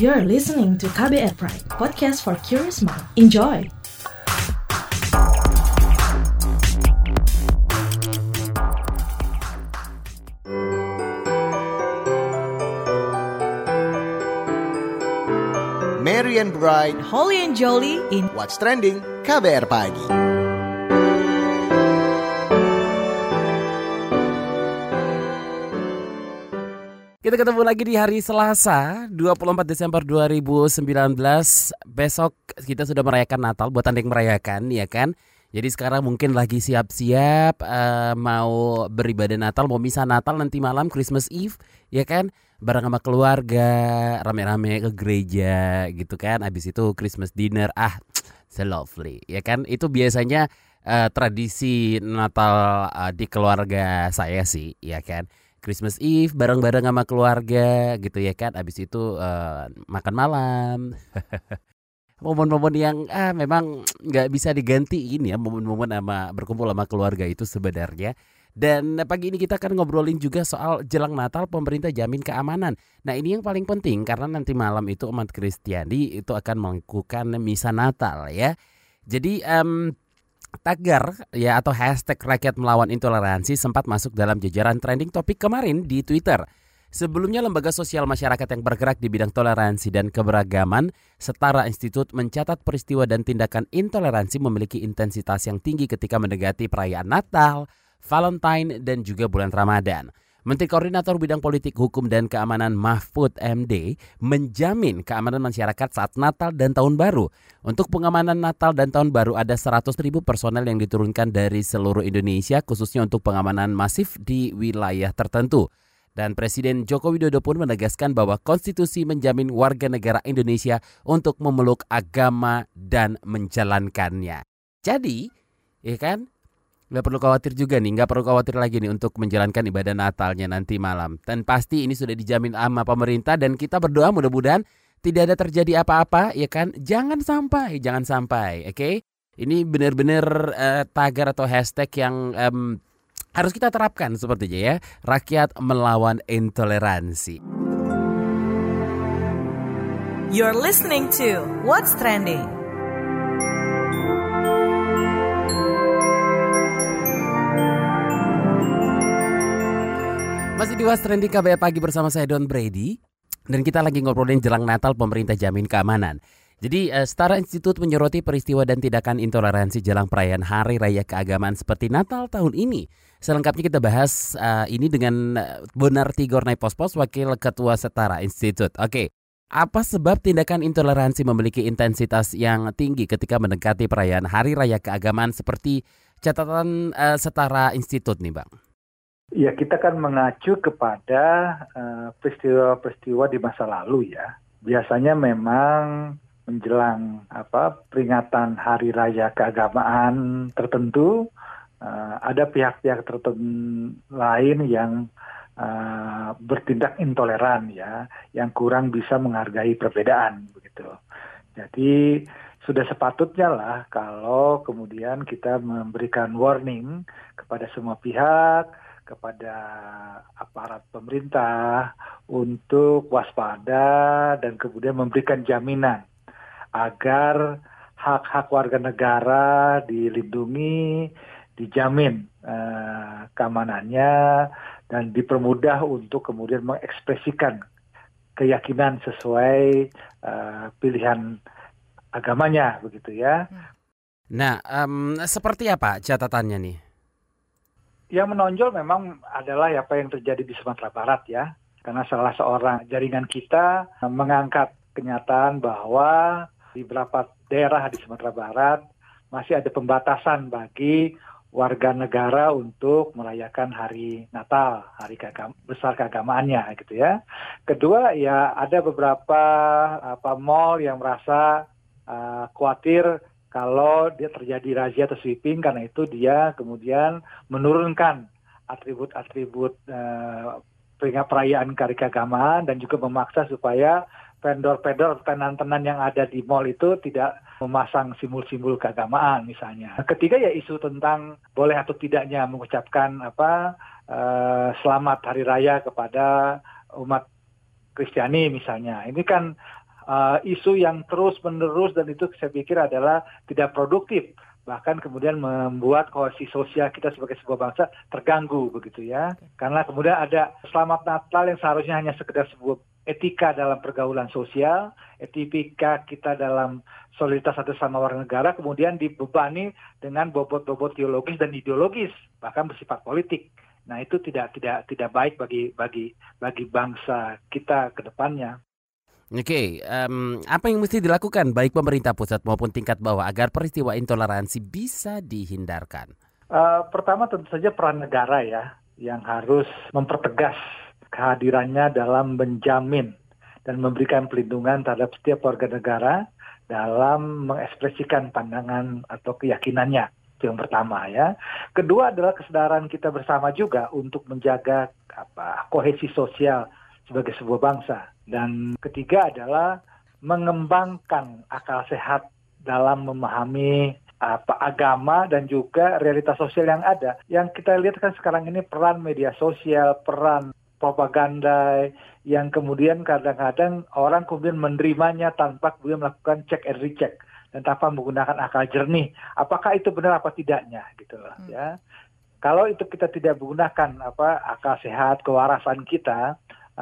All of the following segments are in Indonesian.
You're listening to KBR Pride, podcast for curious mind. Enjoy! Merry and Bright, Holly and Jolie in What's Trending KBR Pagi. Kita ketemu lagi di hari Selasa, 24 Desember 2019. Besok kita sudah merayakan Natal, buat Anda yang merayakan, ya kan? Jadi sekarang mungkin lagi siap-siap mau beribadah Natal, mau misa Natal nanti malam, Christmas Eve, ya kan? Bareng sama keluarga, rame-rame ke gereja gitu kan. Habis itu Christmas dinner, so lovely, ya kan? Itu biasanya tradisi Natal di keluarga saya sih, ya kan? Christmas Eve bareng-bareng sama keluarga gitu ya kan. Habis itu makan malam. Momen-momen yang memang nggak bisa digantiin ya, momen-momen sama berkumpul sama keluarga itu sebenarnya. Dan pagi ini kita akan ngobrolin juga soal jelang Natal pemerintah jamin keamanan. Nah ini yang paling penting karena nanti malam itu umat Kristiani itu akan melakukan misa Natal ya. Jadi tagar ya atau hashtag rakyat melawan intoleransi sempat masuk dalam jajaran trending topik kemarin di Twitter. Sebelumnya lembaga sosial masyarakat yang bergerak di bidang toleransi dan keberagaman, Setara Institut mencatat peristiwa dan tindakan intoleransi memiliki intensitas yang tinggi ketika mendekati perayaan Natal, Valentine dan juga bulan Ramadan. Menteri Koordinator Bidang Politik, Hukum, dan Keamanan Mahfud MD menjamin keamanan masyarakat saat Natal dan Tahun Baru. Untuk pengamanan Natal dan Tahun Baru ada 100.000 personel yang diturunkan dari seluruh Indonesia khususnya untuk pengamanan masif di wilayah tertentu. Dan Presiden Joko Widodo pun menegaskan bahwa konstitusi menjamin warga negara Indonesia untuk memeluk agama dan menjalankannya. Jadi, ya kan? Nggak perlu khawatir juga nih, nggak perlu khawatir lagi nih untuk menjalankan ibadah Natalnya nanti malam. Dan pasti ini sudah dijamin sama pemerintah dan kita berdoa mudah-mudahan tidak ada terjadi apa-apa, ya kan? Jangan sampai, oke? Ini benar-benar tagar atau hashtag yang harus kita terapkan sepertinya ya. Rakyat melawan intoleransi. You're listening to What's Trending. Masih di What's Trending KBR Pagi bersama saya Don Brady. Dan kita lagi ngobrolin jelang Natal pemerintah jamin keamanan. Jadi Setara Institut menyoroti peristiwa dan tindakan intoleransi jelang perayaan Hari Raya Keagamaan seperti Natal tahun ini. Selengkapnya kita bahas ini dengan Bonar Tigor Naipospos, Wakil Ketua Setara Institut. Oke, apa sebab tindakan intoleransi memiliki intensitas yang tinggi ketika mendekati perayaan Hari Raya Keagamaan seperti catatan Setara Institut nih Bang? Ya, kita kan mengacu kepada peristiwa-peristiwa di masa lalu ya. Biasanya memang menjelang peringatan hari raya keagamaan tertentu, ada pihak-pihak tertentu lain yang bertindak intoleran ya, yang kurang bisa menghargai perbedaan begitu. Jadi sudah sepatutnya lah kalau kemudian kita memberikan warning kepada semua pihak, kepada aparat pemerintah untuk waspada dan kemudian memberikan jaminan agar hak-hak warga negara dilindungi, dijamin keamanannya dan dipermudah untuk kemudian mengekspresikan keyakinan sesuai pilihan agamanya begitu ya. Nah, seperti apa catatannya nih? Yang menonjol memang adalah apa yang terjadi di Sumatera Barat ya. Karena salah seorang jaringan kita mengangkat kenyataan bahwa di beberapa daerah di Sumatera Barat masih ada pembatasan bagi warga negara untuk merayakan hari Natal, hari besar keagamaannya gitu ya. Kedua ya ada beberapa mall yang merasa khawatir kalau dia terjadi razia atau sweeping, karena itu dia kemudian menurunkan atribut-atribut perayaan hari keagamaan dan juga memaksa supaya vendor-vendor, tenan-tenan yang ada di mall itu tidak memasang simbol-simbol keagamaan misalnya. Ketiga ya isu tentang boleh atau tidaknya mengucapkan selamat hari raya kepada umat Kristiani misalnya. Ini kan isu yang terus-menerus, dan itu saya pikir adalah tidak produktif. Bahkan kemudian membuat kohesi sosial kita sebagai sebuah bangsa terganggu begitu ya. Karena kemudian ada Selamat Natal yang seharusnya hanya sekedar sebuah etika dalam pergaulan sosial, etika kita dalam solidaritas satu sama warga negara, kemudian dibebani dengan bobot-bobot teologis dan ideologis, bahkan bersifat politik. Nah, itu tidak baik bagi bangsa kita ke depannya. Oke, apa yang mesti dilakukan baik pemerintah pusat maupun tingkat bawah agar peristiwa intoleransi bisa dihindarkan? Pertama tentu saja peran negara ya, yang harus mempertegas kehadirannya dalam menjamin dan memberikan perlindungan terhadap setiap warga negara dalam mengekspresikan pandangan atau keyakinannya. Itu yang pertama ya. Kedua adalah kesadaran kita bersama juga untuk menjaga kohesi sosial sebagai sebuah bangsa. Dan ketiga adalah mengembangkan akal sehat dalam memahami agama dan juga realitas sosial yang ada. Yang kita lihat kan sekarang ini peran media sosial, peran propaganda yang kemudian kadang-kadang orang kemudian menerimanya tanpa kemudian melakukan check and recheck dan tanpa menggunakan akal jernih. Apakah itu benar apa tidaknya gitu loh ya. Kalau itu kita tidak menggunakan akal sehat, kewarasan kita,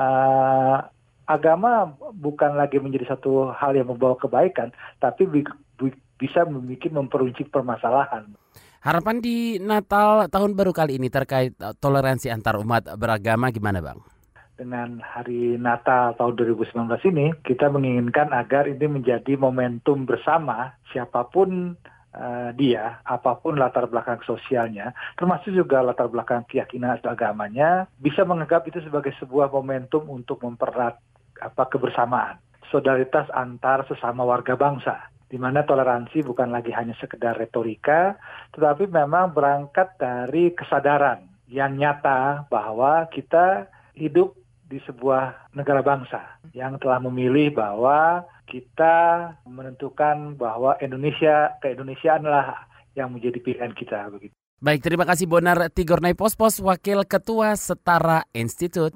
agama bukan lagi menjadi satu hal yang membawa kebaikan, tapi bisa memperuncing permasalahan. Harapan di Natal tahun baru kali ini terkait toleransi antar umat beragama gimana Bang? Dengan hari Natal tahun 2019 ini, kita menginginkan agar ini menjadi momentum bersama siapapun dia, apapun latar belakang sosialnya, termasuk juga latar belakang keyakinan atau agamanya, bisa menganggap itu sebagai sebuah momentum untuk mempererat kebersamaan, solidaritas antar sesama warga bangsa, di mana toleransi bukan lagi hanya sekedar retorika, tetapi memang berangkat dari kesadaran yang nyata bahwa kita hidup di sebuah negara bangsa yang telah memilih bahwa kita menentukan bahwa keindonesiaanlah yang menjadi pilihan kita begitu. Baik, terima kasih Bonar Tigornay Pospos, Wakil Ketua Setara Institute.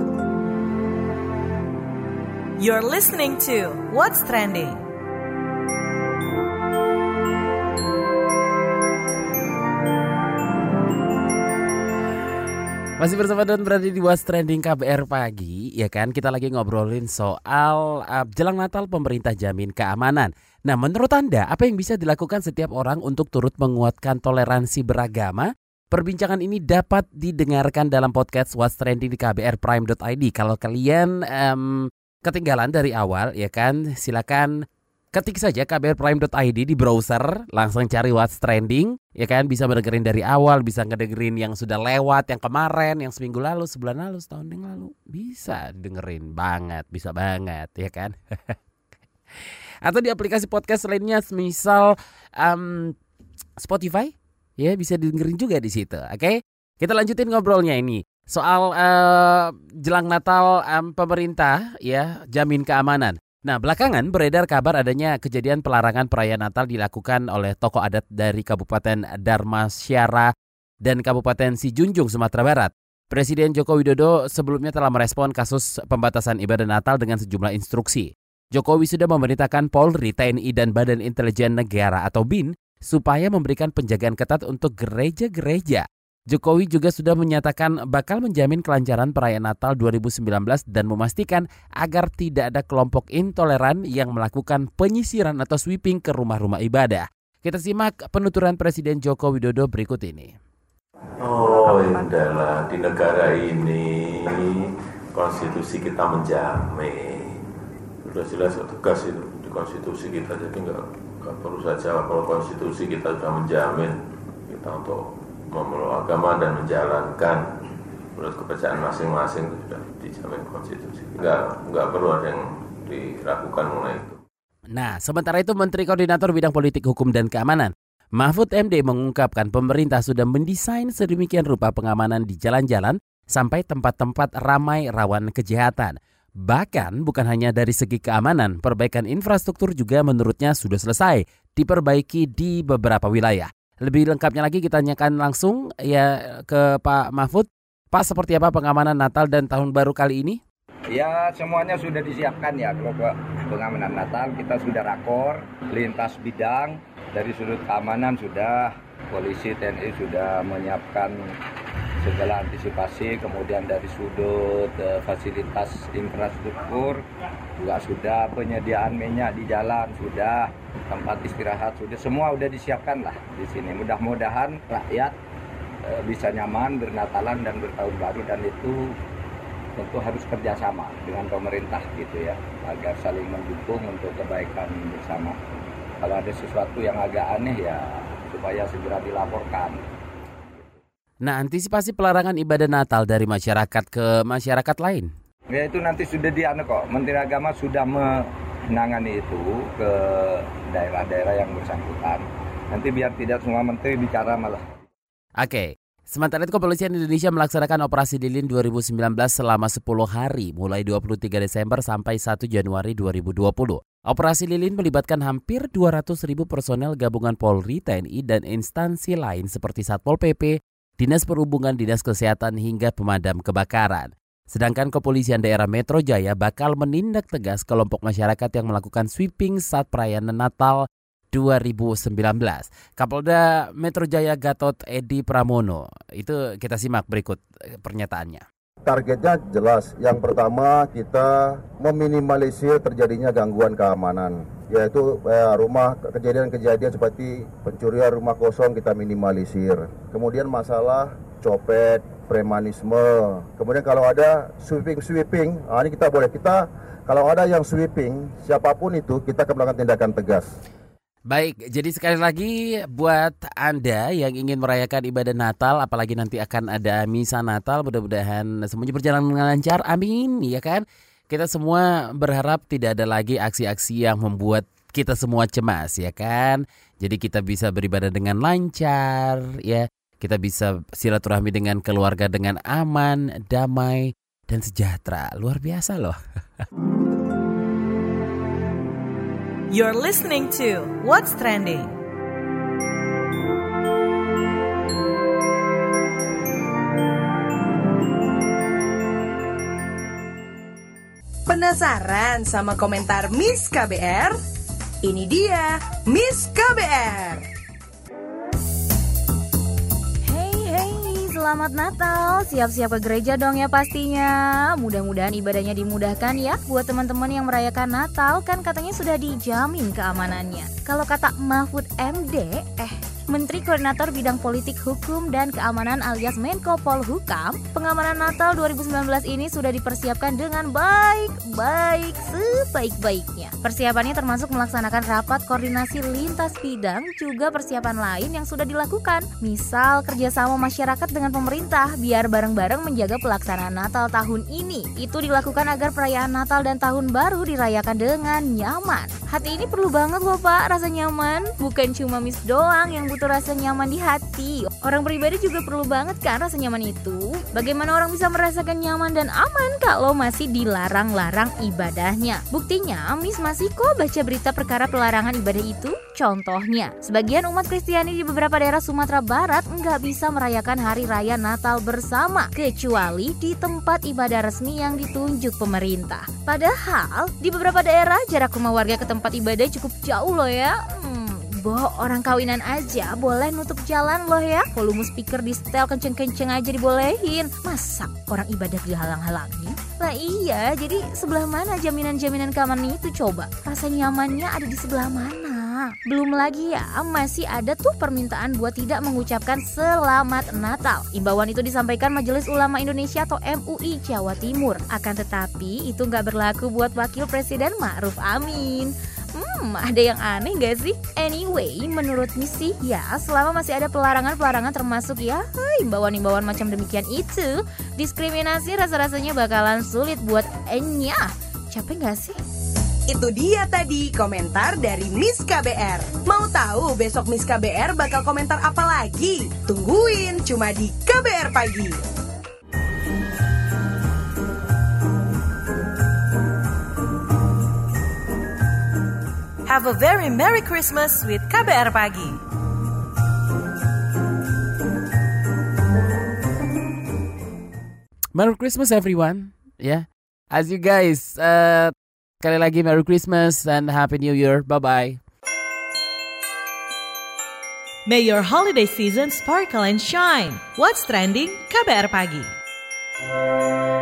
You're listening to What's Trending. Masih bersama dan berada di What's Trending KBR Pagi, ya kan? Kita lagi ngobrolin soal jelang Natal pemerintah jamin keamanan. Nah, menurut Anda, apa yang bisa dilakukan setiap orang untuk turut menguatkan toleransi beragama? Perbincangan ini dapat didengarkan dalam podcast What's Trending di kbrprime.id. Kalau kalian ketinggalan dari awal, ya kan? Silakan ketik saja kbrprime.id di browser, langsung cari What's Trending, ya kan? Bisa mendengerin dari awal, bisa ngedengerin yang sudah lewat, yang kemarin, yang seminggu lalu, sebulan lalu, setahun yang lalu. Bisa dengerin banget, bisa banget, ya kan? Atau di aplikasi podcast lainnya, misal Spotify, ya bisa dengerin juga di situ, oke? Kita lanjutin ngobrolnya ini. Soal jelang Natal pemerintah, ya, jamin keamanan. Nah, belakangan beredar kabar adanya kejadian pelarangan perayaan Natal dilakukan oleh tokoh adat dari Kabupaten Dharmassyara dan Kabupaten Sijunjung, Sumatera Barat. Presiden Joko Widodo sebelumnya telah merespon kasus pembatasan ibadah Natal dengan sejumlah instruksi. Jokowi sudah memerintahkan Polri, TNI, dan Badan Intelijen Negara atau BIN supaya memberikan penjagaan ketat untuk gereja-gereja. Jokowi juga sudah menyatakan bakal menjamin kelancaran perayaan Natal 2019 dan memastikan agar tidak ada kelompok intoleran yang melakukan penyisiran atau sweeping ke rumah-rumah ibadah. Kita simak penuturan Presiden Joko Widodo berikut ini. Oh, indahlah, di negara ini konstitusi kita menjamin. Sudah jelas tegas itu di konstitusi kita, jadi nggak perlu saja kalau konstitusi kita sudah menjamin kita untuk memeluk agama dan menjalankan menurut kepercayaan masing-masing, itu sudah dijamin konstitusi. Enggak perlu ada yang diragukan mengenai itu. Nah, sementara itu Menteri Koordinator Bidang Politik, Hukum, dan Keamanan Mahfud MD mengungkapkan pemerintah sudah mendesain sedemikian rupa pengamanan di jalan-jalan sampai tempat-tempat ramai rawan kejahatan. Bahkan bukan hanya dari segi keamanan, perbaikan infrastruktur juga menurutnya sudah selesai diperbaiki di beberapa wilayah. Lebih lengkapnya lagi kita tanyakan langsung ya ke Pak Mahfud. Pak, seperti apa pengamanan Natal dan Tahun Baru kali ini? Ya, semuanya sudah disiapkan ya. Kalau pengamanan Natal kita sudah rakor lintas bidang. Dari sudut keamanan sudah, polisi TNI sudah menyiapkan segala antisipasi, kemudian dari sudut fasilitas infrastruktur juga sudah, penyediaan minyak di jalan sudah, tempat istirahat sudah, semua sudah disiapkan lah di sini. Mudah-mudahan rakyat bisa nyaman bernatalan dan bertahun baru, dan itu tentu harus kerjasama dengan pemerintah gitu ya, agar saling mendukung untuk kebaikan bersama. Kalau ada sesuatu yang agak aneh ya supaya segera dilaporkan. Nah, antisipasi pelarangan ibadah Natal dari masyarakat ke masyarakat lain? Ya itu nanti sudah kok. Menteri Agama sudah menangani itu ke daerah-daerah yang bersangkutan. Nanti biar tidak semua menteri bicara malah. Oke. Sementara itu Kepolisian Indonesia melaksanakan Operasi Lilin 2019 selama 10 hari mulai 23 Desember sampai 1 Januari 2020. Operasi Lilin melibatkan hampir 200.000 personel gabungan Polri, TNI, dan instansi lain seperti Satpol PP, Dinas Perhubungan, Dinas Kesehatan, hingga pemadam kebakaran. Sedangkan Kepolisian Daerah Metro Jaya bakal menindak tegas kelompok masyarakat yang melakukan sweeping saat perayaan Natal 2019. Kapolda Metro Jaya Gatot Edi Pramono, itu kita simak berikut pernyataannya. Targetnya jelas. Yang pertama, kita meminimalisir terjadinya gangguan keamanan, yaitu kejadian-kejadian seperti pencurian rumah kosong kita minimalisir. Kemudian masalah copet, premanisme. Kemudian kalau ada sweeping, ini kita boleh. Kalau ada yang sweeping, siapapun itu kita akan melakukan tindakan tegas. Baik, jadi sekali lagi buat Anda yang ingin merayakan ibadah Natal, apalagi nanti akan ada misa Natal, mudah-mudahan semuanya berjalan dengan lancar, amin, ya kan? Kita semua berharap tidak ada lagi aksi-aksi yang membuat kita semua cemas, ya kan? Jadi kita bisa beribadah dengan lancar, ya. Kita bisa silaturahmi dengan keluarga dengan aman, damai, dan sejahtera. Luar biasa loh. You're listening to What's Trending. Penasaran sama komentar Miss KBR? Ini dia Miss KBR. Selamat Natal, siap-siap ke gereja dong ya pastinya. Mudah-mudahan ibadahnya dimudahkan ya. Buat teman-teman yang merayakan Natal, kan katanya sudah dijamin keamanannya. Kalau kata Mahfud MD, Menteri Koordinator Bidang Politik Hukum dan Keamanan alias Menko Polhukam, pengamanan Natal 2019 ini sudah dipersiapkan dengan baik sebaik-baiknya. Persiapannya termasuk melaksanakan rapat koordinasi lintas bidang, juga persiapan lain yang sudah dilakukan. Misal kerjasama masyarakat dengan pemerintah biar bareng-bareng menjaga pelaksanaan Natal tahun ini. Itu dilakukan agar perayaan Natal dan Tahun Baru dirayakan dengan nyaman. Hati ini perlu banget loh Pak, rasa nyaman. Bukan cuma Miss doang yang butuh rasa nyaman di hati. Orang pribadi juga perlu banget kan rasa nyaman itu. Bagaimana orang bisa merasakan nyaman dan aman kalau masih dilarang-larang ibadahnya? Buktinya Miss masih kok baca berita perkara pelarangan ibadah itu. Contohnya, sebagian umat Kristiani di beberapa daerah Sumatera Barat nggak bisa merayakan hari raya Natal bersama, kecuali di tempat ibadah resmi yang ditunjuk pemerintah. Padahal di beberapa daerah jarak rumah warga ke tempat ibadah cukup jauh loh ya. Orang kawinan aja boleh nutup jalan loh ya. Volume speaker di setel kenceng-kenceng aja dibolehin. Masa orang ibadah dihalang-halangi? Lah iya, jadi sebelah mana jaminan-jaminan keamanan itu coba? Rasa nyamannya ada di sebelah mana? Belum lagi ya, masih ada tuh permintaan buat tidak mengucapkan Selamat Natal. Imbauan itu disampaikan Majelis Ulama Indonesia atau MUI Jawa Timur. Akan tetapi itu nggak berlaku buat Wakil Presiden Ma'ruf Amin. Ada yang aneh gak sih? Anyway, menurut misi ya, selama masih ada pelarangan-pelarangan termasuk ya imbauan-imbauan macam demikian itu, diskriminasi rasa-rasanya bakalan sulit buat enyah. Capek gak sih? Itu dia tadi komentar dari Miss KBR. Mau tahu besok Miss KBR bakal komentar apa lagi? Tungguin cuma di KBR Pagi. Have a very Merry Christmas with KBR Pagi. Merry Christmas everyone. Yeah. As you guys Sekali lagi Merry Christmas and Happy New Year. Bye-bye. May your holiday season sparkle and shine. What's trending? KBR Pagi.